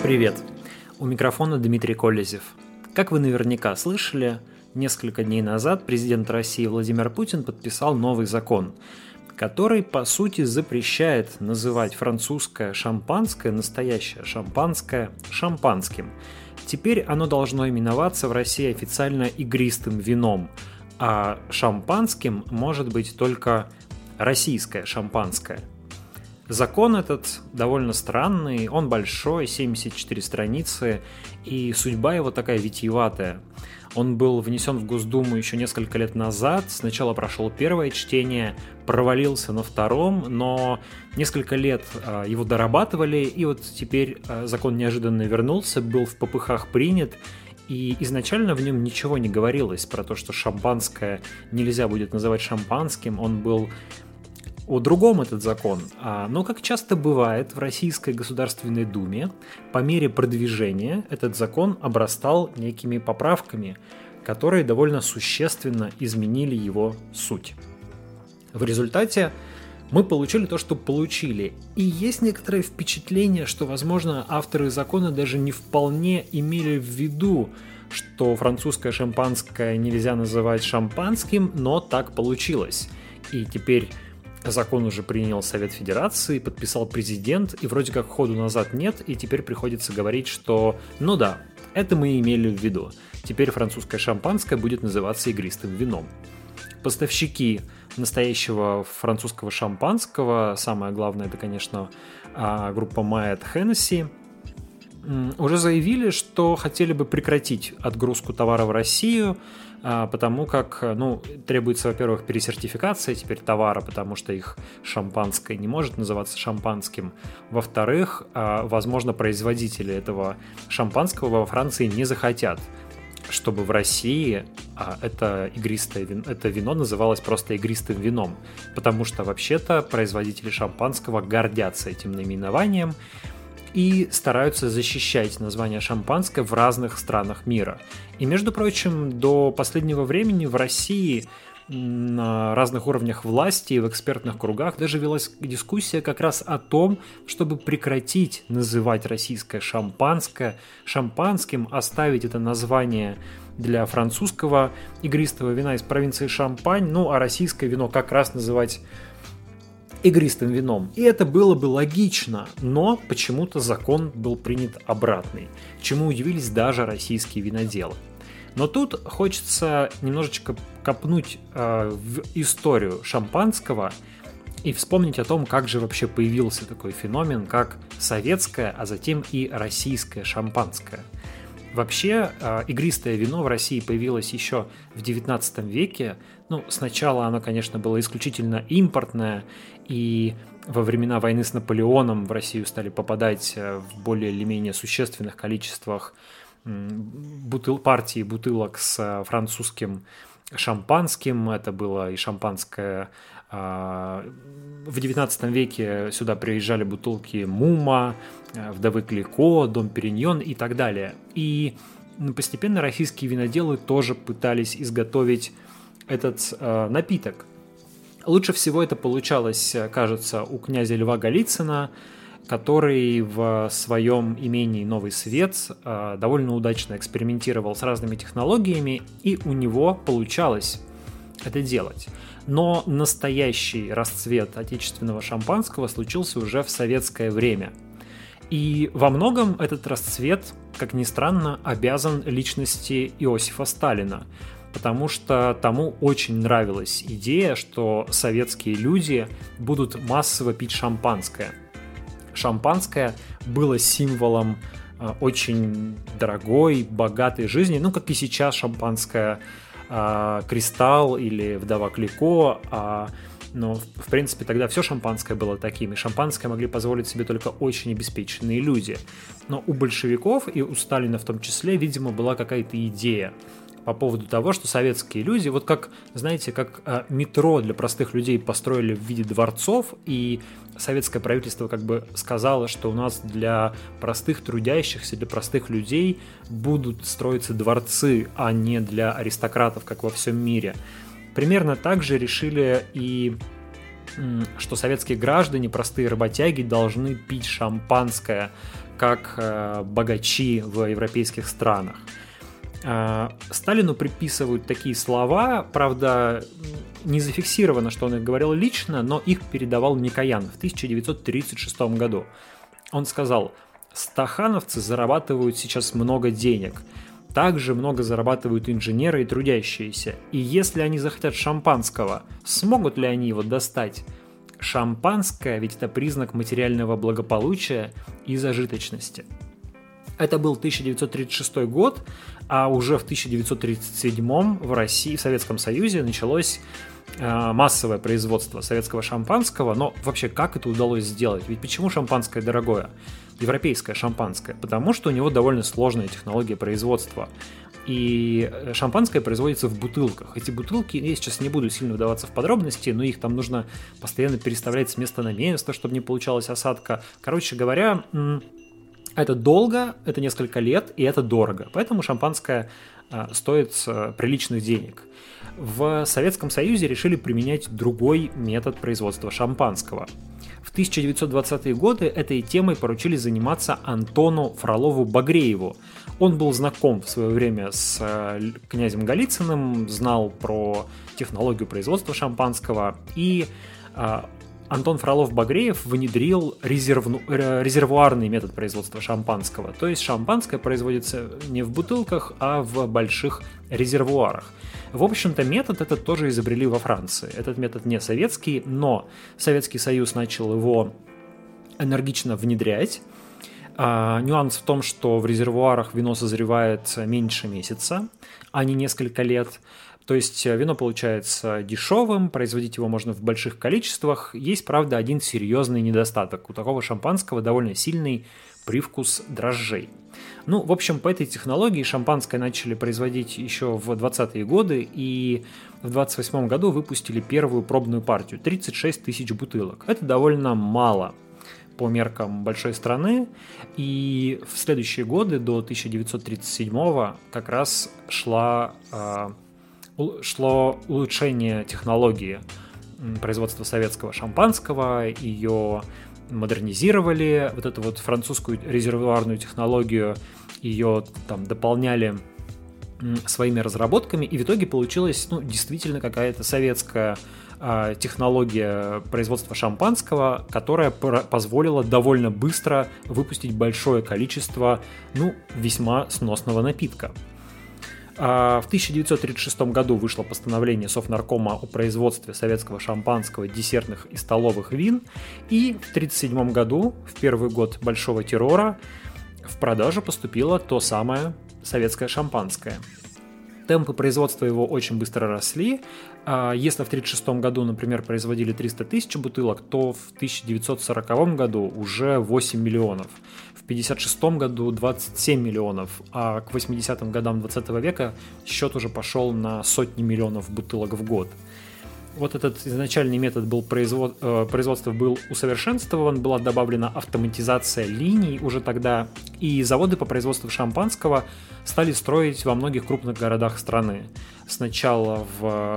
Привет! У микрофона Дмитрий Колезев. Как вы наверняка слышали, несколько дней назад президент России Владимир Путин подписал новый закон, который, по сути, запрещает называть французское шампанское, настоящее шампанское, шампанским. Теперь оно должно именоваться в России официально игристым вином, а шампанским может быть только российское шампанское. Закон этот довольно странный, он большой, 74 страницы, и судьба его такая витиеватая. Он был внесен в Госдуму еще несколько лет назад, сначала прошел первое чтение, провалился на втором, но несколько лет его дорабатывали, и вот теперь закон неожиданно вернулся, был в попыхах принят, и изначально в нем ничего не говорилось про то, что шампанское нельзя будет называть шампанским, он был о другом этот закон. Но, как часто бывает в Российской Государственной Думе, по мере продвижения этот закон обрастал некими поправками, которые довольно существенно изменили его суть. В результате мы получили то, что получили. И есть некоторое впечатление, что, возможно, авторы закона даже не вполне имели в виду, что французское шампанское нельзя называть шампанским, но так получилось. И теперь закон уже принял Совет Федерации, подписал президент, и вроде как ходу назад нет, и теперь приходится говорить, что ну да, это мы имели в виду. Теперь французское шампанское будет называться игристым вином. Поставщики настоящего французского шампанского, самое главное, это, конечно, группа Моët Hennessy, уже заявили, что хотели бы прекратить отгрузку товара в Россию, потому как, требуется, во-первых, пересертификация теперь товара, потому что их шампанское не может называться шампанским. Во-вторых, возможно, производители этого шампанского во Франции не захотят, чтобы в России это вино называлось просто игристым вином, потому что вообще-то производители шампанского гордятся этим наименованием и стараются защищать название шампанское в разных странах мира. И, между прочим, до последнего времени в России на разных уровнях власти и в экспертных кругах даже велась дискуссия как раз о том, чтобы прекратить называть российское шампанское шампанским, оставить это название для французского игристого вина из провинции Шампань, а российское вино как раз называть игристым вином. И это было бы логично, но почему-то закон был принят обратный, чему удивились даже российские виноделы. Но тут хочется немножечко копнуть в историю шампанского и вспомнить о том, как же вообще появился такой феномен, как советское, а затем и российское шампанское. Вообще, игристое вино в России появилось еще в XIX веке. Сначала оно, конечно, было исключительно импортное, и во времена войны с Наполеоном в Россию стали попадать в более или менее существенных количествах партии бутылок с французским шампанским. Это было и шампанское. В XIX веке сюда приезжали бутылки Мума, Вдовы Клико, Дом Периньон и так далее. И постепенно российские виноделы тоже пытались изготовить этот напиток. Лучше всего это получалось, кажется, у князя Льва Голицына, который в своем имении Новый Свет довольно удачно экспериментировал с разными технологиями, и у него получалось это делать. Но настоящий расцвет отечественного шампанского случился уже в советское время. И во многом этот расцвет, как ни странно, обязан личности Иосифа Сталина, потому что тому очень нравилась идея, что советские люди будут массово пить шампанское. Шампанское было символом очень дорогой, богатой жизни, как и сейчас шампанское Кристалл или Вдова Клико, но, в принципе, тогда все шампанское было таким, и шампанское могли позволить себе только очень обеспеченные люди. Но у большевиков и у Сталина в том числе, видимо, была какая-то идея по поводу того, что советские люди, вот как, знаете, как метро для простых людей построили в виде дворцов, и советское правительство как бы сказало, что у нас для простых трудящихся, для простых людей будут строиться дворцы, а не для аристократов, как во всем мире. Примерно так же решили и что советские граждане, простые работяги, должны пить шампанское, как богачи в европейских странах. Сталину приписывают такие слова, правда, не зафиксировано, что он их говорил лично, но их передавал Микоян в 1936 году. Он сказал: «Стахановцы зарабатывают сейчас много денег, также много зарабатывают инженеры и трудящиеся, и если они захотят шампанского, смогут ли они его достать? Шампанское ведь это признак материального благополучия и зажиточности». Это был 1936 год, а уже в 1937 в России, в Советском Союзе началось массовое производство советского шампанского. Но вообще, как это удалось сделать? Ведь почему шампанское дорогое? Европейское шампанское. Потому что у него довольно сложная технология производства. И шампанское производится в бутылках. Эти бутылки, я сейчас не буду сильно вдаваться в подробности, но их там нужно постоянно переставлять с места на место, чтобы не получалась осадка. Короче говоря, это долго, это несколько лет, и это дорого. Поэтому шампанское стоит приличных денег. В Советском Союзе решили применять другой метод производства шампанского. В 1920-е годы этой темой поручили заниматься Антону Фролову-Багрееву. Он был знаком в свое время с князем Голицыным, знал про технологию производства шампанского, и Антон Фролов-Багреев внедрил резервуарный метод производства шампанского. То есть шампанское производится не в бутылках, а в больших резервуарах. В общем-то, метод этот тоже изобрели во Франции. Этот метод не советский, но Советский Союз начал его энергично внедрять. Нюанс в том, что в резервуарах вино созревает меньше месяца, а не несколько лет. То есть вино получается дешевым, производить его можно в больших количествах. Есть, правда, один серьезный недостаток. У такого шампанского довольно сильный привкус дрожжей. Ну, в общем, по этой технологии шампанское начали производить еще в 20-е годы, и в 28 году выпустили первую пробную партию – 36 тысяч бутылок. Это довольно мало по меркам большой страны, и в следующие годы, до 1937-го, как раз шло улучшение технологии производства советского шампанского, ее модернизировали, вот эту вот французскую резервуарную технологию, ее там дополняли своими разработками, и в итоге получилась действительно какая-то советская технология производства шампанского, которая позволила довольно быстро выпустить большое количество весьма сносного напитка. В 1936 году вышло постановление Совнаркома о производстве советского шампанского, десертных и столовых вин, и в 1937 году, в первый год Большого террора, в продажу поступило то самое советское шампанское. Темпы производства его очень быстро росли. Если в 1936 году, например, производили 300 тысяч бутылок, то в 1940 году уже 8 миллионов. В 1956 году 27 миллионов, а к 80-м годам 20 века счет уже пошел на сотни миллионов бутылок в год. Вот этот изначальный метод производства был усовершенствован, была добавлена автоматизация линий уже тогда, и заводы по производству шампанского стали строить во многих крупных городах страны. Сначала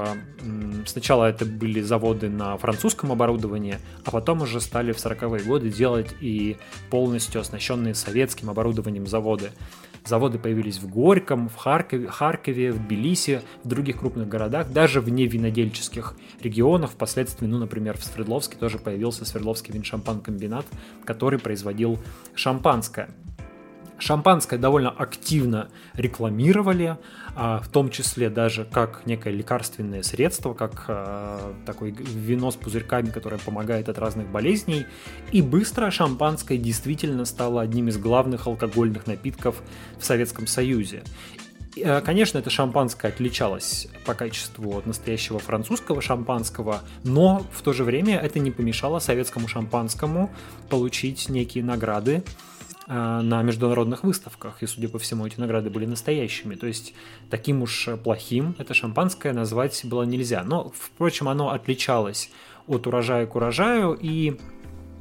это были заводы на французском оборудовании, а потом уже стали в 40-е годы делать и полностью оснащенные советским оборудованием заводы. Заводы появились в Горьком, в Харькове, в Тбилиси, в других крупных городах, даже в невинодельческих регионах. Впоследствии, например, в Свердловске тоже появился Свердловский виншампан-комбинат, который производил шампанское. Шампанское довольно активно рекламировали, в том числе даже как некое лекарственное средство, как такое вино с пузырьками, которое помогает от разных болезней. И быстро шампанское действительно стало одним из главных алкогольных напитков в Советском Союзе. Конечно, это шампанское отличалось по качеству от настоящего французского шампанского, но в то же время это не помешало советскому шампанскому получить некие награды на международных выставках, и, судя по всему, эти награды были настоящими, то есть таким уж плохим это шампанское назвать было нельзя, но, впрочем, оно отличалось от урожая к урожаю, и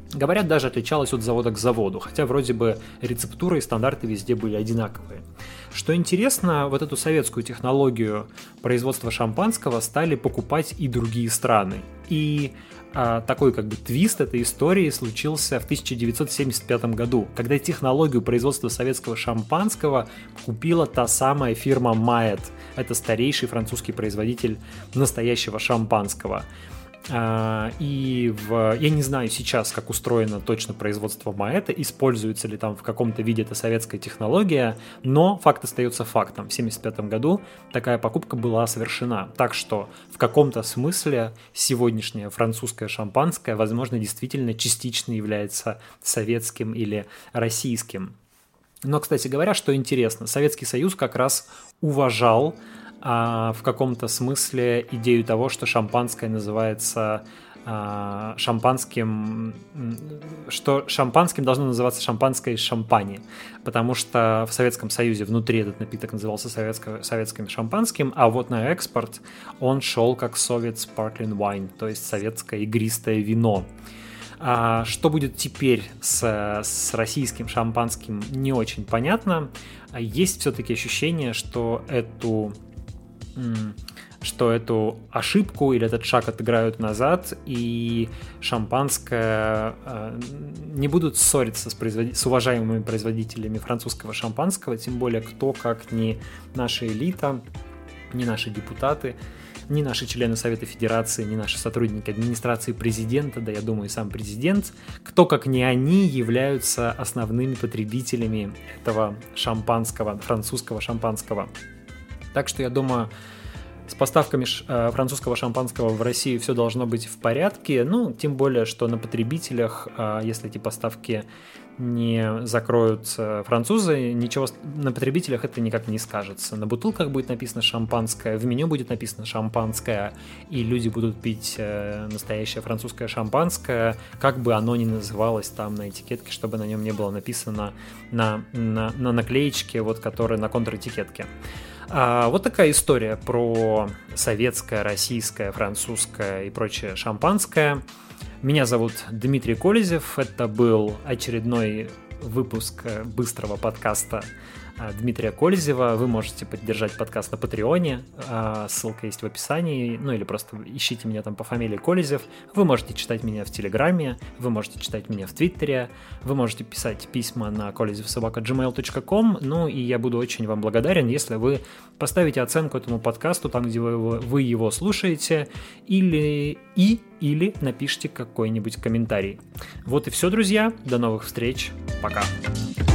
Говорят, даже отличалась от завода к заводу, хотя вроде бы рецептура и стандарты везде были одинаковые. Что интересно, вот эту советскую технологию производства шампанского стали покупать и другие страны. И такой как бы твист этой истории случился в 1975 году, когда технологию производства советского шампанского купила та самая фирма Moet. Это старейший французский производитель настоящего шампанского. Я не знаю сейчас, как устроено точно производство Моэта, используется ли там в каком-то виде эта советская технология, но факт остается фактом. В 1975 году такая покупка была совершена. Так что в каком-то смысле сегодняшнее французское шампанское, возможно, действительно частично является советским или российским. Но, кстати говоря, что интересно, Советский Союз как раз уважал в каком-то смысле идею того, что шампанское называется шампанским, что шампанским должно называться шампанское из шампани, потому что в Советском Союзе внутри этот напиток назывался советским шампанским, а вот на экспорт он шел как Soviet Sparkling Wine, то есть советское игристое вино. Что будет теперь с российским шампанским, не очень понятно. Есть все-таки ощущение, что эту ошибку или этот шаг отыграют назад, и шампанское не будут ссориться с уважаемыми производителями французского шампанского, тем более кто, как не наша элита, не наши депутаты, не наши члены Совета Федерации, не наши сотрудники администрации президента, да я думаю, и сам президент, кто, как не они, являются основными потребителями этого шампанского, французского шампанского. Так что я думаю, с поставками французского шампанского в Россию все должно быть в порядке, ну, тем более, что на потребителях, если эти поставки не закроют французы, ничего на потребителях это никак не скажется. На бутылках будет написано шампанское, в меню будет написано шампанское, и люди будут пить настоящее французское шампанское, как бы оно ни называлось там на этикетке, чтобы на нем не было написано на наклеечке, вот, которая на контр-этикетке. Вот такая история про советское, российское, французское и прочее шампанское. Меня зовут Дмитрий Колезев. Это был очередной выпуск быстрого подкаста Дмитрия Колезева. Вы можете поддержать подкаст на Патреоне, ссылка есть в описании, ну или просто ищите меня там по фамилии Колезев. Вы можете читать меня в Телеграме, вы можете читать меня в Твиттере, вы можете писать письма на kolezevsobaka@gmail.com, ну и я буду очень вам благодарен, если вы поставите оценку этому подкасту там, где вы его слушаете, или напишите какой-нибудь комментарий. Вот и все, друзья, до новых встреч, пока!